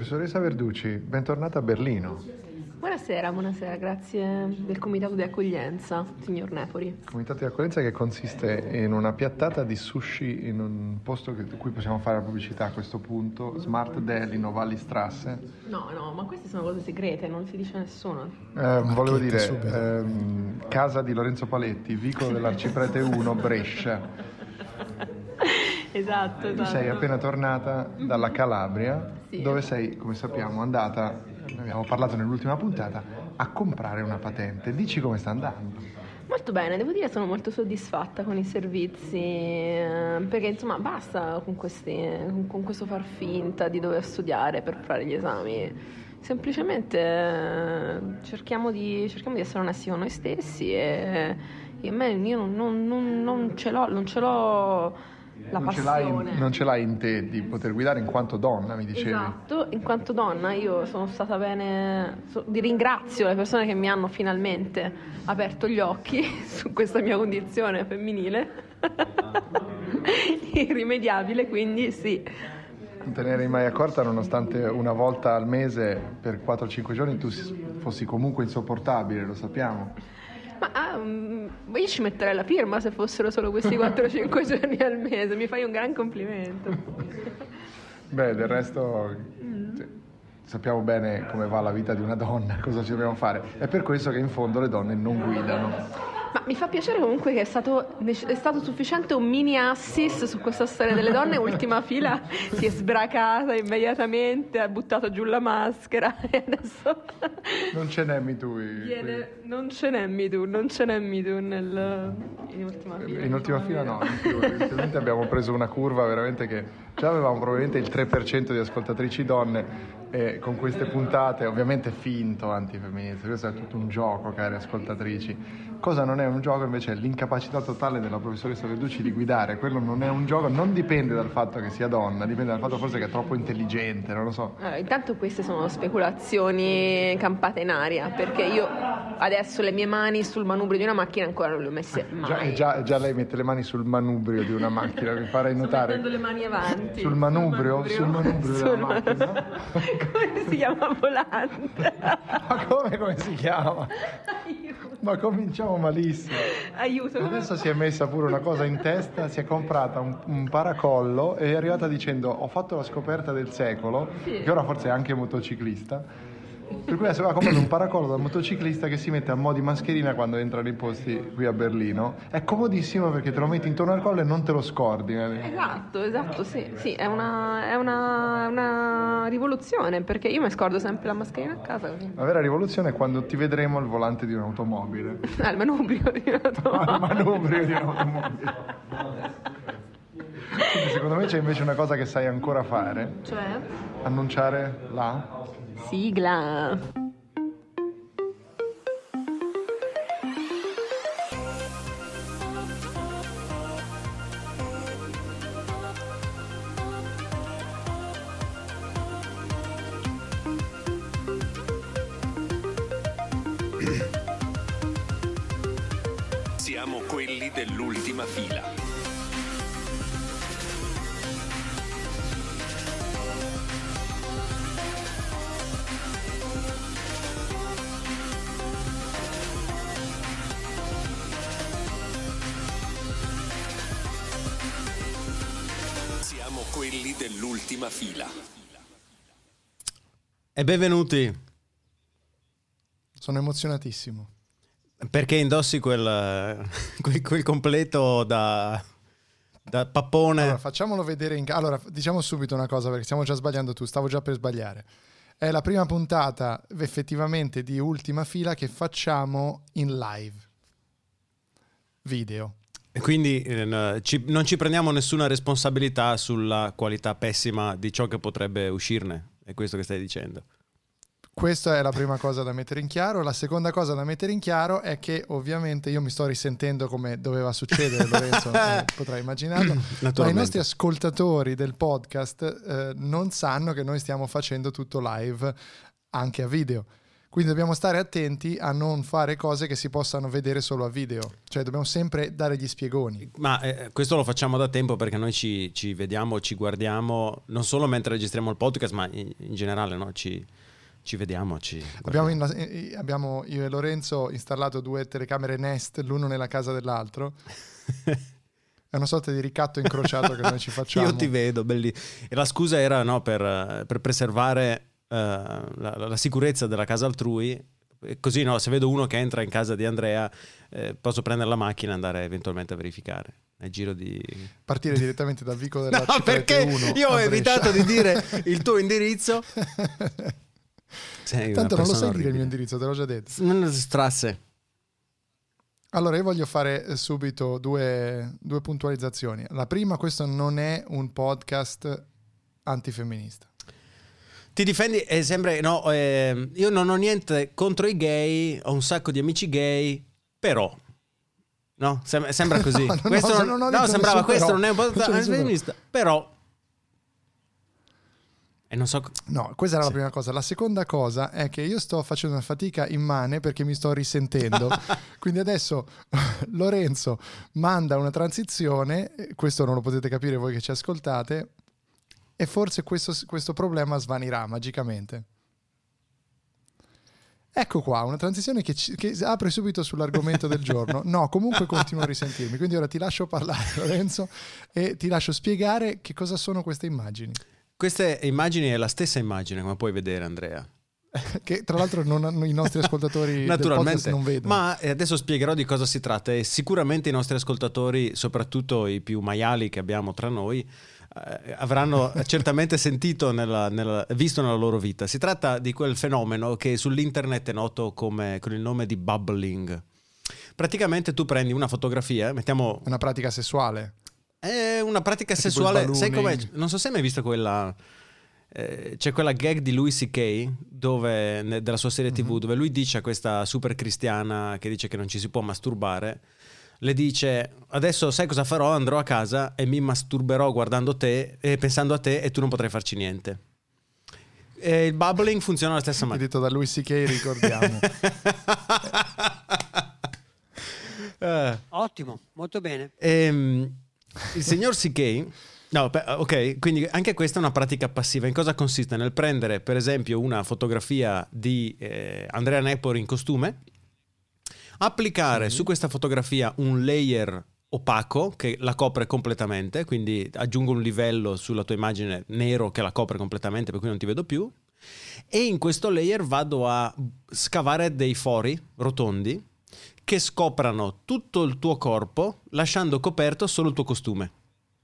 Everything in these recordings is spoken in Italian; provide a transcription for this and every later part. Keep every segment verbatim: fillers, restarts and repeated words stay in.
Professoressa Verducci, bentornata a Berlino. Buonasera, buonasera, grazie del comitato di accoglienza, signor Nepori. Il comitato di accoglienza che consiste in una piattata di sushi in un posto che, di cui possiamo fare la pubblicità a questo punto, Smart Deli, Novallistrasse. No, no, ma queste sono cose segrete, non si dice a nessuno. Eh, volevo dire, ehm, casa di Lorenzo Paletti, vicolo dell'Arciprete uno, Brescia. Esatto, esatto. Tu sei appena tornata dalla Calabria, sì. Dove sei, come sappiamo, andata, ne abbiamo parlato nell'ultima puntata, a comprare una patente. Dici come sta andando? Molto bene, devo dire sono molto soddisfatta con i servizi, eh, perché insomma basta con, questi, con questo far finta di dover studiare per fare gli esami. Semplicemente eh, cerchiamo, di, cerchiamo di essere onesti con noi stessi e, e a me io non, non, non, non ce l'ho, non ce l'ho la non passione. Ce l'hai in, non ce l'hai in te di poter guidare in quanto donna, mi dicevi. Esatto, in quanto donna io sono stata bene, so, ringrazio le persone che mi hanno finalmente aperto gli occhi su questa mia condizione femminile irrimediabile, quindi sì. Non te ne eri mai accorta, nonostante una volta al mese per quattro cinque giorni tu fossi comunque insopportabile, lo sappiamo. Ma um, io ci metterei la firma se fossero solo questi quattro cinque giorni al mese, mi fai un gran complimento. Beh, del resto mm. cioè, sappiamo bene come va la vita di una donna, cosa ci dobbiamo fare. È per questo che in fondo le donne non guidano. Ma mi fa piacere comunque che è stato, è stato sufficiente un mini assist su questa storia delle donne. Ultima fila si è sbracata immediatamente, ha buttato giù la maschera e adesso non ce n'è mi tu viene, non ce n'è mi tu non ce n'è mi tu nel, in ultima fila in ultima fila no, inizialmente abbiamo preso una curva veramente che già avevamo probabilmente il tre per cento di ascoltatrici donne e con queste puntate ovviamente finto antifemministe. Questo è tutto un gioco, cari ascoltatrici. Cosa non è un gioco invece è l'incapacità totale della professoressa Verducci di guidare. Quello non è un gioco, non dipende dal fatto che sia donna, dipende dal fatto forse che è troppo intelligente, non lo so. Allora, intanto queste sono speculazioni campate in aria, perché io adesso le mie mani sul manubrio di una macchina ancora non le ho messe mai. Già, già, già lei mette le mani sul manubrio di una macchina, mi farei notare. Sto mettendo le mani avanti. Sul manubrio? Sul manubrio, sul manubrio sul della man... macchina? Come si chiama volante? Ma come, come si chiama? Aiuto. Ma cominciamo malissimo. Aiuto. Adesso si è messa pure una cosa in testa, si è comprata un, un paracollo e è arrivata dicendo ho fatto la scoperta del secolo, sì. Che ora forse è anche motociclista. Per cui adesso ha comprato un paracollo da motociclista che si mette a mo' di mascherina quando entra nei posti qui a Berlino. È comodissimo perché te lo metti intorno al collo e non te lo scordi. Esatto, esatto, sì, sì, è una, è una, una rivoluzione, perché io mi scordo sempre la mascherina a casa. La vera rivoluzione è quando ti vedremo al volante di un'automobile. Al manubrio di un'automobile. Al manubrio di un'automobile. Quindi secondo me c'è invece una cosa che sai ancora fare. Cioè? Annunciare la... sigla. Siamo quelli dell'ultima fila. Quelli dell'ultima fila. E benvenuti. Sono emozionatissimo. Perché indossi quel, quel, quel completo da, da pappone. Allora, facciamolo vedere in... Allora, diciamo subito una cosa, perché stiamo già sbagliando tu, stavo già per sbagliare. È la prima puntata effettivamente di Ultima Fila che facciamo in live. Video. E quindi eh, ci, non ci prendiamo nessuna responsabilità sulla qualità pessima di ciò che potrebbe uscirne. È questo che stai dicendo? Questa è la prima cosa da mettere in chiaro. La seconda cosa da mettere in chiaro è che ovviamente io mi sto risentendo come doveva succedere, Lorenzo, eh, potrai immaginarlo, ma i nostri ascoltatori del podcast eh, non sanno che noi stiamo facendo tutto live anche a video. Quindi dobbiamo stare attenti a non fare cose che si possano vedere solo a video, cioè dobbiamo sempre dare gli spiegoni. Ma eh, questo lo facciamo da tempo perché noi ci, ci vediamo, ci guardiamo non solo mentre registriamo il podcast, ma in, in generale, no? ci, ci vediamo. Ci abbiamo, in, abbiamo io e Lorenzo installato due telecamere Nest, l'uno nella casa dell'altro. È una sorta di ricatto incrociato che noi ci facciamo. Io ti vedo, belli. E la scusa era no, per, per preservare uh, la, la sicurezza della casa altrui. Così no, se vedo uno che entra in casa di Andrea, eh, posso prendere la macchina e andare eventualmente a verificare. Nel giro di... Partire direttamente dal vicolo della No, perché uno io ho evitato di dire il tuo indirizzo. Sei Tanto non lo sai orribile. dire il mio indirizzo, te l'ho già detto. Strasse. Allora io voglio fare subito due, due puntualizzazioni. La prima, questo non è un podcast antifemminista. Ti difendi e sembra no, eh, io non ho niente contro i gay, ho un sacco di amici gay, però no, Sem- sembra così. no, no, questo no, non, non ho no detto sembrava nessun questo però. non è un podcast Non c'è nessun antifemminista, però e non so. No, questa era sì. la prima cosa. La seconda cosa è che io sto facendo una fatica immane perché mi sto risentendo. Quindi adesso Lorenzo manda una transizione, questo non lo potete capire voi che ci ascoltate, e forse questo, questo problema svanirà magicamente. Ecco qua, una transizione che, ci, che apre subito sull'argomento del giorno. No, comunque continuo a risentirmi. Quindi ora ti lascio parlare, Lorenzo, e ti lascio spiegare che cosa sono queste immagini. Queste immagini è la stessa immagine, come puoi vedere, Andrea. Che tra l'altro non, i nostri ascoltatori naturalmente del podcast non vedono. Ma adesso spiegherò di cosa si tratta e sicuramente i nostri ascoltatori, soprattutto i più maiali che abbiamo tra noi, eh, avranno certamente sentito nella, nella, visto nella loro vita. Si tratta di quel fenomeno che sull'internet è noto come con il nome di bubbling. Praticamente tu prendi una fotografia, mettiamo Una pratica sessuale. È una pratica È tipo sessuale, il sai com'è? ballooning. Non so se hai mai visto quella eh, c'è quella gag di Louis C K dove, ne- della sua serie tivù, Mhm. dove lui dice a questa super cristiana che dice che non ci si può masturbare, le dice: adesso sai cosa farò? Andrò a casa e mi masturberò guardando te e pensando a te e tu non potrai farci niente. E il bubbling funziona alla stessa maniera. Edito da Louis C K, ricordiamo. Eh. Ottimo, molto bene. Ehm, il signor C K, no, beh, ok, quindi anche questa è una pratica passiva. In cosa consiste? Nel prendere, per esempio, una fotografia di eh, Andrea Nepori in costume, applicare Sì. su questa fotografia un layer opaco che la copre completamente, quindi aggiungo un livello sulla tua immagine nero che la copre completamente, per cui non ti vedo più, e in questo layer vado a scavare dei fori rotondi che scoprano tutto il tuo corpo lasciando coperto solo il tuo costume.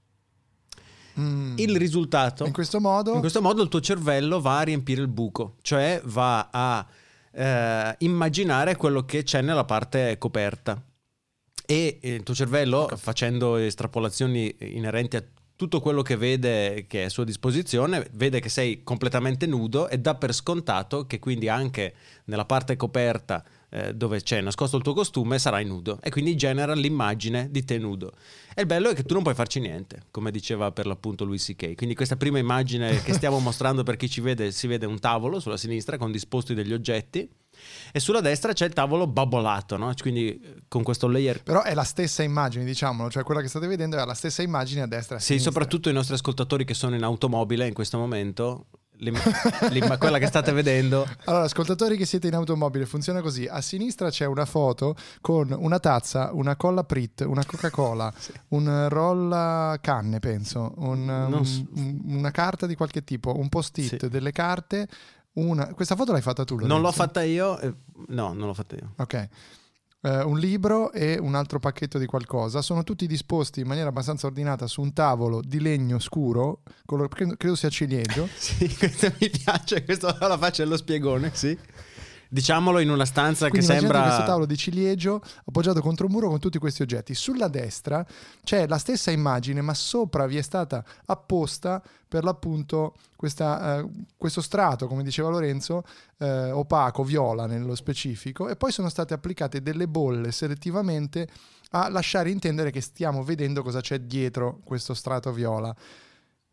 Mm. Il risultato, In questo modo, in questo modo il tuo cervello va a riempire il buco, cioè va a eh, immaginare quello che c'è nella parte coperta, e il tuo cervello, facendo estrapolazioni inerenti a tutto quello che vede che è a sua disposizione, vede che sei completamente nudo e dà per scontato che quindi anche nella parte coperta eh, dove c'è nascosto il tuo costume sarai nudo, e quindi genera l'immagine di te nudo. E il bello è che tu non puoi farci niente, come diceva per l'appunto Louis C K. Quindi questa prima immagine che stiamo mostrando per chi ci vede, si vede un tavolo sulla sinistra con disposti degli oggetti e sulla destra c'è il tavolo babbolato, no? Quindi eh, con questo layer. però è la stessa immagine, diciamolo, cioè quella che state vedendo è la stessa immagine a destra e a Sì, sinistra. soprattutto i nostri ascoltatori che sono in automobile in questo momento, l'im- l'im- quella che state vedendo. Allora, ascoltatori che siete in automobile, funziona così: a sinistra c'è una foto con una tazza, una colla Prit, una Coca-Cola, un rolla canne, penso, un, Non un- so. un- una carta di qualche tipo, un post-it, Sì. delle carte. Una... Questa foto l'hai fatta tu, Lorenzo? Non l'ho fatta io, eh, no, non l'ho fatta io. Ok. Eh, un libro e un altro pacchetto di qualcosa sono tutti disposti in maniera abbastanza ordinata su un tavolo di legno scuro, color- credo, credo sia ciliegio. Sì, questo mi piace, questo la faccia dello spiegone, sì. Diciamolo in una stanza Quindi che immaginate sembra... questo tavolo di ciliegio appoggiato contro un muro con tutti questi oggetti. Sulla destra c'è la stessa immagine, ma sopra vi è stata apposta per l'appunto questa, eh, questo strato, come diceva Lorenzo, eh, opaco, viola nello specifico, e poi sono state applicate delle bolle selettivamente a lasciare intendere che stiamo vedendo cosa c'è dietro questo strato viola.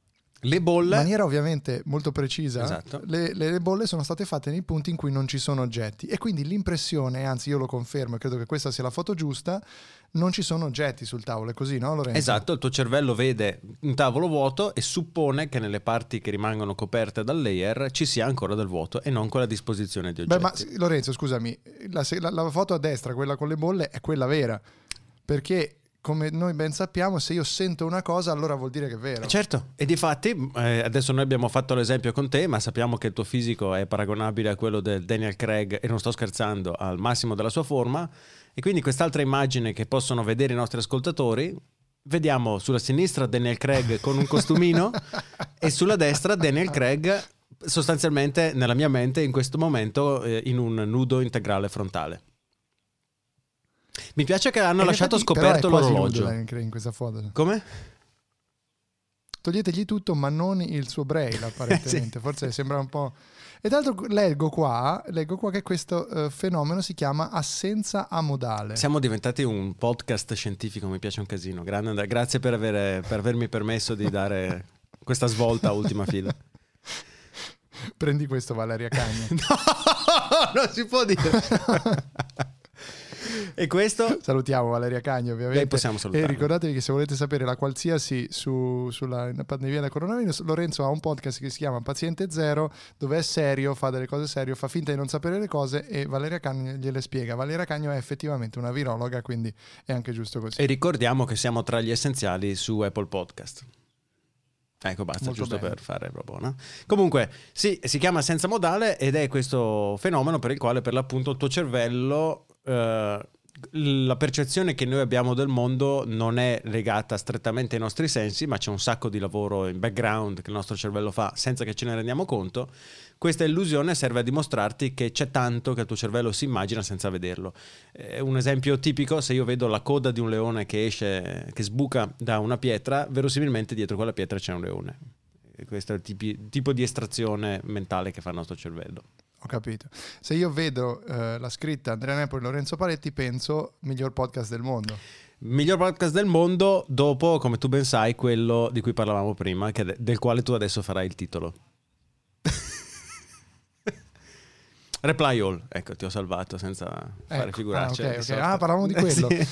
Le bolle... in maniera ovviamente molto precisa. Esatto. le, le, le bolle sono state fatte nei punti in cui non ci sono oggetti e quindi l'impressione, anzi io lo confermo e credo che questa sia la foto giusta, non ci sono oggetti sul tavolo, è così, no Lorenzo? Esatto, il tuo cervello vede un tavolo vuoto e suppone che nelle parti che rimangono coperte dal layer ci sia ancora del vuoto e non quella disposizione di oggetti. Beh, ma Lorenzo, scusami, la, la, la foto a destra, quella con le bolle, è quella vera, perché come noi ben sappiamo, se io sento una cosa allora vuol dire che è vero. Certo, e difatti eh, adesso noi abbiamo fatto l'esempio con te, ma sappiamo che il tuo fisico è paragonabile a quello del Daniel Craig, e non sto scherzando, al massimo della sua forma, e quindi quest'altra immagine che possono vedere i nostri ascoltatori, vediamo sulla sinistra Daniel Craig con un costumino e sulla destra Daniel Craig sostanzialmente nella mia mente in questo momento eh, in un nudo integrale frontale. Mi piace che hanno e lasciato infatti, scoperto però è quasi l'orologio. nudo in questa foto. Come? Toglietegli tutto ma non il suo braille apparentemente. Sì. Forse sembra un po'... E tra l'altro leggo qua, leggo qua che questo uh, fenomeno si chiama assenza amodale. Siamo diventati un podcast scientifico, mi piace un casino. Grande, grazie per, avere, per avermi permesso di dare questa svolta a Ultima Fila. Prendi questo, Valeria Cagno. No, non si può dire. E questo? Salutiamo Valeria Cagno, ovviamente. Lei possiamo salutare. E ricordatevi che se volete sapere la qualsiasi su, sulla pandemia del coronavirus, Lorenzo ha un podcast che si chiama Paziente Zero, dove è serio, fa delle cose serie, fa finta di non sapere le cose e Valeria Cagno gliele spiega. Valeria Cagno è effettivamente una virologa, quindi è anche giusto così. E ricordiamo che siamo tra gli essenziali su Apple Podcast. Ecco, basta, Molto giusto bene. per fare proprio, no? Comunque, sì, si chiama assenza modale ed è questo fenomeno per il quale per l'appunto il tuo cervello... Eh, la percezione che noi abbiamo del mondo non è legata strettamente ai nostri sensi, ma c'è un sacco di lavoro in background che il nostro cervello fa senza che ce ne rendiamo conto. Questa illusione serve a dimostrarti che c'è tanto che il tuo cervello si immagina senza vederlo. Eh, un esempio tipico: se io vedo la coda di un leone che esce, che sbuca da una pietra, verosimilmente dietro quella pietra c'è un leone. E questo è il tipi, tipo di estrazione mentale che fa il nostro cervello. Ho capito. Se io vedo uh, la scritta Andrea Nepoli e Lorenzo Paletti, penso miglior podcast del mondo. Miglior podcast del mondo dopo, come tu ben sai, quello di cui parlavamo prima, che de- del quale tu adesso farai il titolo. Reply All, ecco, ti ho salvato senza fare ecco, figuracce. Ah, okay, okay. ah, parlavamo di quello. Sì.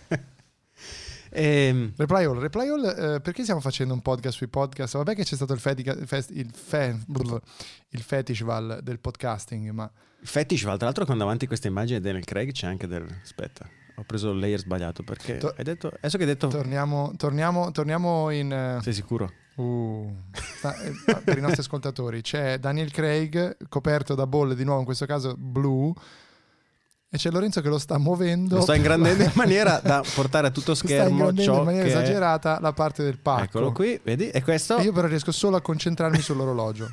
E... Reply All, Reply All eh, perché stiamo facendo un podcast sui podcast? Vabbè che c'è stato il, fedica, fest, il, fe, il fetishval del podcasting, ma... Il fetishval, tra l'altro, quando avanti questa immagine di Daniel Craig c'è anche del... Aspetta, ho preso il layer sbagliato perché... To- hai detto... Adesso che hai detto... Torniamo, torniamo, torniamo in... Sei sicuro? Uh, sta, eh, per i nostri ascoltatori c'è Daniel Craig coperto da bolle, di nuovo in questo caso blu, e c'è Lorenzo che lo sta muovendo, lo sta ingrandendo in maniera da portare a tutto schermo, sta ingrandendo ciò in maniera che esagerata la parte del pacco. Eccolo qui, vedi? E questo? E io però riesco solo a concentrarmi sull'orologio.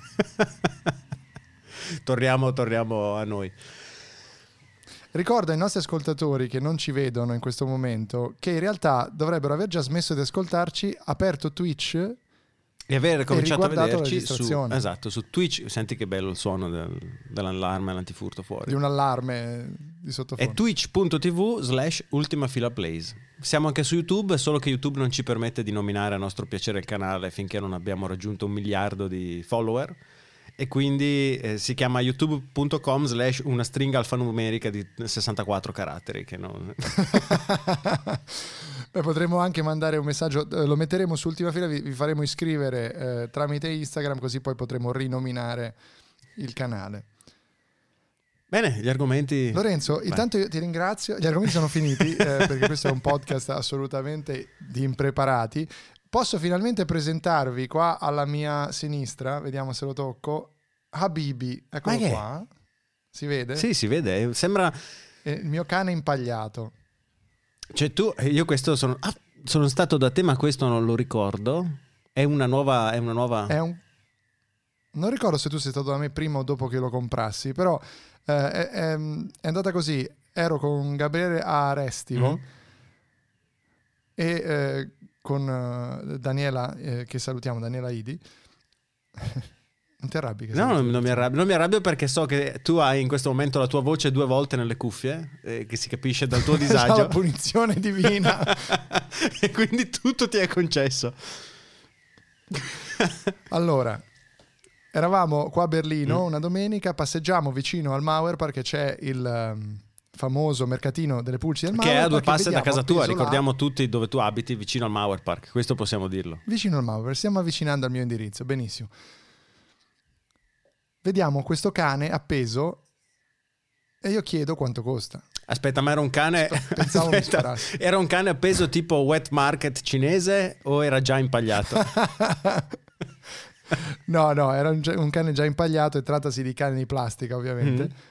torniamo, torniamo a noi. Ricordo ai nostri ascoltatori che non ci vedono in questo momento che in realtà dovrebbero aver già smesso di ascoltarci, aperto Twitch e aver cominciato a vederci su, esatto, su Twitch. Senti che bello il suono del, dell'allarme, l'antifurto fuori. Di un allarme di sottofondo. È twitch.tv slash ultima fila plays. Siamo anche su YouTube, solo che YouTube non ci permette di nominare a nostro piacere il canale finché non abbiamo raggiunto un miliardo di follower. E quindi eh, si chiama youtube.com slash una stringa alfanumerica di sessantaquattro caratteri che non... Beh, potremmo anche mandare un messaggio, eh, lo metteremo su Ultima Fila, vi, vi faremo iscrivere eh, tramite Instagram, così poi potremo rinominare il canale. Bene, gli argomenti... Lorenzo, Beh. intanto io ti ringrazio, gli argomenti sono finiti eh, perché questo è un podcast assolutamente di impreparati. Posso finalmente presentarvi qua alla mia sinistra, vediamo se lo tocco, Habibi, eccolo qua, si vede? Sì, si vede, sembra... È il mio cane impagliato. Cioè tu, io questo sono, ah, sono stato da te ma questo non lo ricordo, è una nuova... È una nuova... È un... Non ricordo se tu sei stato da me prima o dopo che lo comprassi, però eh, è, è, è andata così, ero con Gabriele a Restivo mm-hmm. e... Eh, con uh, Daniela eh, che salutiamo, Daniela Idi. Non ti arrabbi? Che no, non, non, mi arrabbio, non mi arrabbio perché so che tu hai in questo momento la tua voce due volte nelle cuffie, eh, che si capisce dal tuo disagio. La punizione divina. E quindi tutto ti è concesso. Allora, eravamo qua a Berlino Mm. una domenica, passeggiamo vicino al Mauerpark, che c'è il um, famoso mercatino delle pulci del Che è a Mauerpark. due e passi da vediamo casa tua, appeso là- ricordiamo tutti dove tu abiti, vicino al Mauer Park, questo possiamo dirlo. Vicino al Mauerpark, stiamo avvicinando al mio indirizzo, benissimo. Vediamo questo cane appeso e io chiedo quanto costa. Aspetta, ma era un cane. Pensavo mi Aspetta, sparassi. era un cane appeso tipo wet market cinese o era già impagliato? No, no, era un, un cane già impagliato e trattasi di cane di plastica, ovviamente. Mm.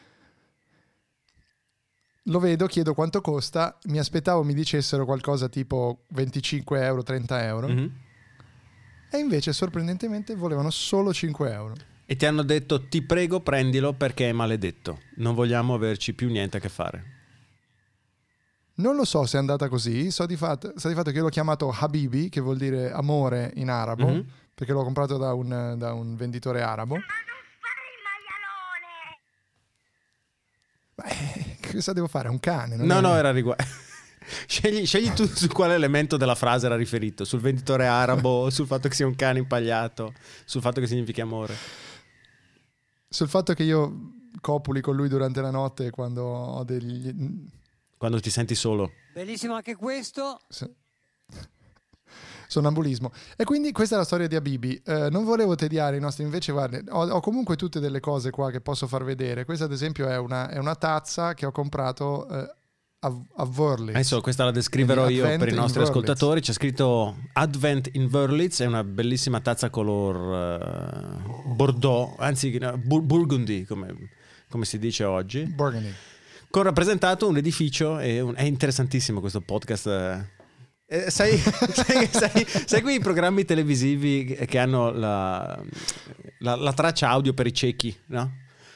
Lo vedo, chiedo quanto costa, mi aspettavo mi dicessero qualcosa tipo venticinque euro, trenta euro, Mhm. e invece sorprendentemente volevano solo cinque euro. E ti hanno detto ti prego prendilo perché è maledetto, non vogliamo averci più niente a che fare. Non lo so se è andata così, so di fatto, so di fatto che io l'ho chiamato Habibi, che vuol dire amore in arabo, Mhm. perché l'ho comprato da un, da un venditore arabo. Ma eh, cosa devo fare? È un cane? non No, è- no, era riguardo. Scegli, scegli tu su quale elemento della frase era riferito, sul venditore arabo, sul fatto che sia un cane impagliato, sul fatto che significhi amore. Sul fatto che io copuli con lui durante la notte quando ho degli... Quando ti senti solo. Bellissimo anche questo. se- Sonnambulismo. E quindi questa è la storia di Habibi. Eh, non volevo tediare i nostri, invece guarda, ho, ho comunque tutte delle cose qua che posso far vedere. Questa ad esempio è una, è una tazza che ho comprato eh, a, a Wörlitz. Adesso questa la descriverò Quindi io Advent per i in nostri Wörlitz. ascoltatori. C'è scritto Advent in Wörlitz, è una bellissima tazza color eh, Bordeaux, anzi no, Bur- Burgundy come, come si dice oggi, Burgundy. con rappresentato un edificio e un- è interessantissimo questo podcast. eh. Eh, sai, sai, sai, sai quei programmi televisivi che hanno la, la, la traccia audio per i ciechi, no?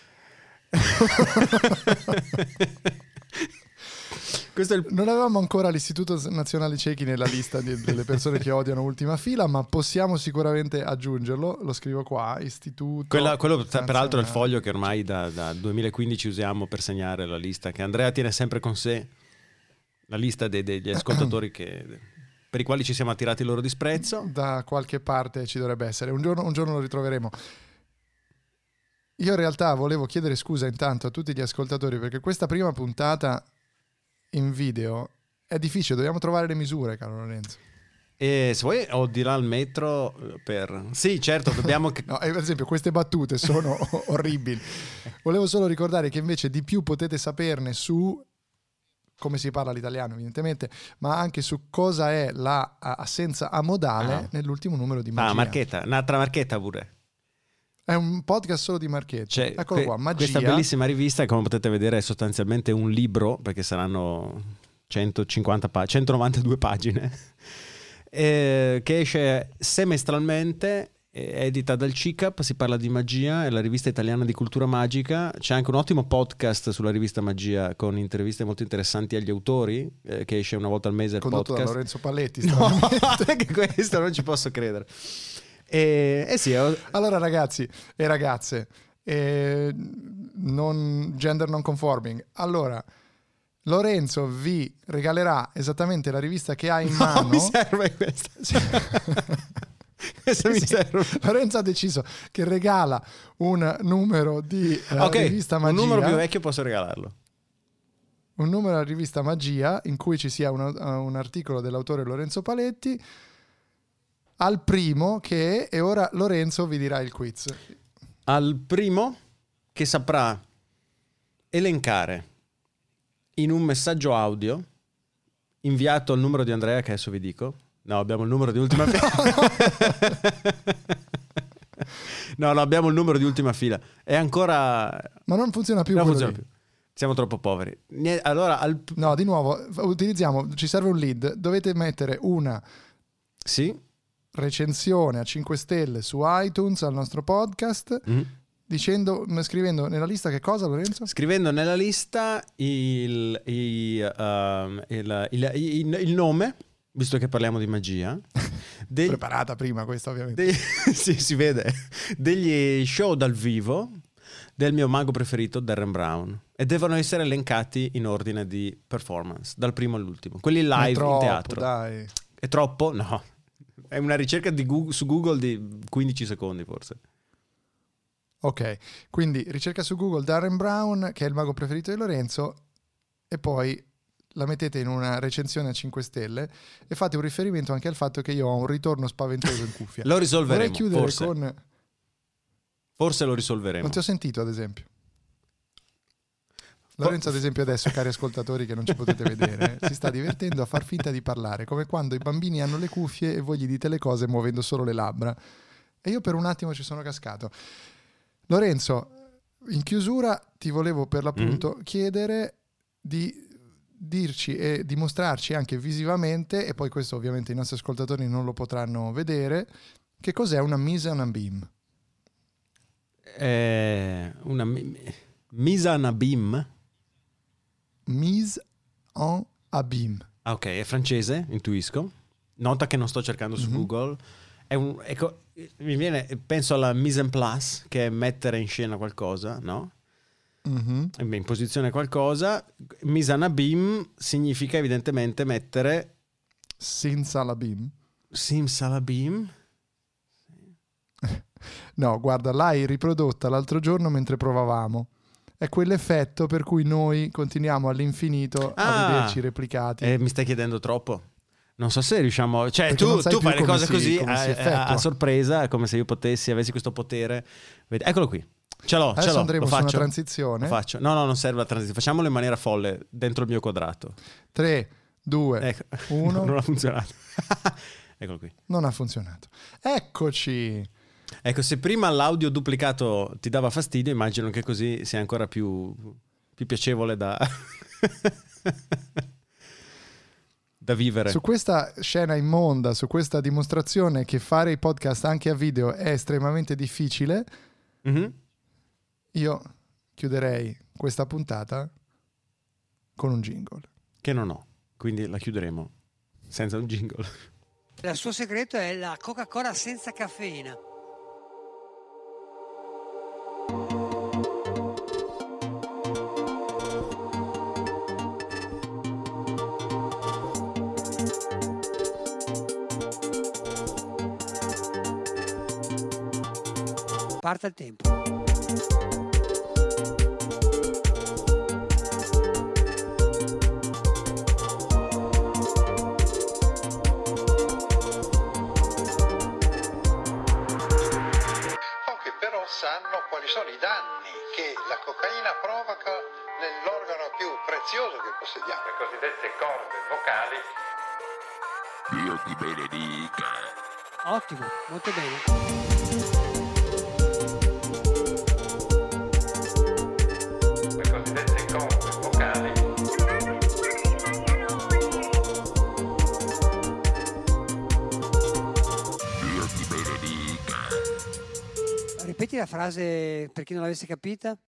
Questo è il Non avevamo ancora l'Istituto Nazionale Ciechi nella lista di- delle persone che odiano Ultima Fila, ma possiamo sicuramente aggiungerlo. Lo scrivo qua, Istituto Quella- quello tra- peraltro è il Nazionale. foglio che ormai da, da duemilaquindici usiamo per segnare la lista, che Andrea tiene sempre con sé, la lista dei- degli ascoltatori che, per i quali ci siamo attirati il loro disprezzo. Da qualche parte ci dovrebbe essere. Un giorno, un giorno lo ritroveremo. Io in realtà volevo chiedere scusa intanto a tutti gli ascoltatori, perché questa prima puntata in video è difficile, dobbiamo trovare le misure, caro Lorenzo. E se vuoi ho di là al metro per... Sì, certo, dobbiamo... No, e per esempio queste battute sono orribili. Volevo solo ricordare che invece di più potete saperne su come si parla l'italiano evidentemente, ma anche su cosa è la a- assenza amodale Ah. nell'ultimo numero di Magia. Ah, Marchetta, un'altra Marchetta pure. È un podcast solo di Marchetti. Cioè, Eccolo que- qua, Magia. Questa bellissima rivista, come potete vedere, è sostanzialmente un libro, perché saranno centocinquanta pa- centonovantadue pagine, eh, che esce semestralmente, è edita dal C I C A P, si parla di magia, è la rivista italiana di cultura magica. C'è anche un ottimo podcast sulla rivista Magia con interviste molto interessanti agli autori, eh, che esce una volta al mese il Condotto da podcast. Lorenzo Palletti. No, stranamente. anche questo non ci posso credere. E, eh sì, ho- Allora ragazzi e ragazze, eh, non, gender non conforming. Allora, Lorenzo vi regalerà esattamente la rivista che ha in no, mano. mi serve questa. Sì. Questa mi Sì. serve. Lorenzo ha deciso che regala un numero di eh, Ok, rivista Magia, un numero più vecchio posso regalarlo. un numero della rivista Magia in cui ci sia uno- un articolo dell'autore Lorenzo Paletti al primo che, e ora Lorenzo vi dirà il quiz. Al primo che saprà elencare in un messaggio audio inviato al numero di Andrea, che adesso vi dico. No, abbiamo il numero di ultima fila. No, no, abbiamo il numero di ultima fila. È ancora... Ma non funziona più non quello funziona lì. più. Siamo troppo poveri. Nie- Allora, al... No, di nuovo, utilizziamo, ci serve un lead, dovete mettere una Sì? recensione a cinque stelle su iTunes al nostro podcast, Mm. dicendo, scrivendo nella lista che cosa, Lorenzo? Scrivendo nella lista il, i, um, il, il- il- il nome, visto che parliamo di magia, degli, Preparata prima questa ovviamente. dei- sì, si vede, degli show dal vivo del mio mago preferito, Darren Brown, e devono essere elencati in ordine di performance, dal primo all'ultimo. Quelli Non è live troppo, in teatro. dai. È troppo? No. È una ricerca di Google, su Google di quindici secondi forse. Ok, quindi ricerca su Google Darren Brown, che è il mago preferito di Lorenzo, e poi la mettete in una recensione a cinque stelle e fate un riferimento anche al fatto che io ho un ritorno spaventoso in cuffia. Lo risolveremo, Vorrei chiudere forse. con... Forse lo risolveremo. Non ti ho sentito, ad esempio. Lorenzo, ad esempio, adesso, cari ascoltatori che non ci potete vedere, si sta divertendo a far finta di parlare, come quando i bambini hanno le cuffie e voi gli dite le cose muovendo solo le labbra. E io per un attimo ci sono cascato. Lorenzo, in chiusura ti volevo per l'appunto mm. chiedere di dirci e dimostrarci anche visivamente, e poi questo ovviamente i nostri ascoltatori non lo potranno vedere, che cos'è una mise en abîme. Eh, una mi- mise en abîme. Mise en abîme. Ah, ok, è francese, intuisco. Nota che non sto cercando su mm-hmm. Google. È un, ecco, mi viene, penso alla mise en place, che è mettere in scena qualcosa, no? Mm-hmm. In posizione qualcosa. Mise en abîme significa evidentemente mettere senza l'abîme. Senza l'abîme. No, guarda, l'hai riprodotta l'altro giorno mentre provavamo. È quell'effetto per cui noi continuiamo all'infinito ah, a vederci replicati. Eh, mi stai chiedendo troppo. Non so se riusciamo... Cioè, Perché tu, tu fai le cose si, così a, a, a sorpresa, come se io potessi, avessi questo potere. Vedi, eccolo qui. Ce l'ho, Adesso ce l'ho. andremo lo su faccio, una transizione. Lo faccio. No, no, non serve la transizione. Facciamolo in maniera folle, dentro il mio quadrato. tre, due, ecco. uno. No, non ha funzionato. Eccolo qui. Non ha funzionato. Eccoci. Ecco, se prima l'audio duplicato ti dava fastidio, immagino che così sia ancora più, più piacevole da... da vivere. Su questa scena immonda, su questa dimostrazione che fare i podcast anche a video è estremamente difficile, mm-hmm. io chiuderei questa puntata con un jingle. Che non ho, quindi la chiuderemo senza un jingle. Il suo segreto è la Coca-Cola senza caffeina. Parte il tempo. Pochi però sanno quali sono i danni che la cocaina provoca nell'organo più prezioso che possediamo, le cosiddette corde vocali. Dio ti benedica. Ottimo, molto bene. Ripeti la frase per chi non l'avesse capita?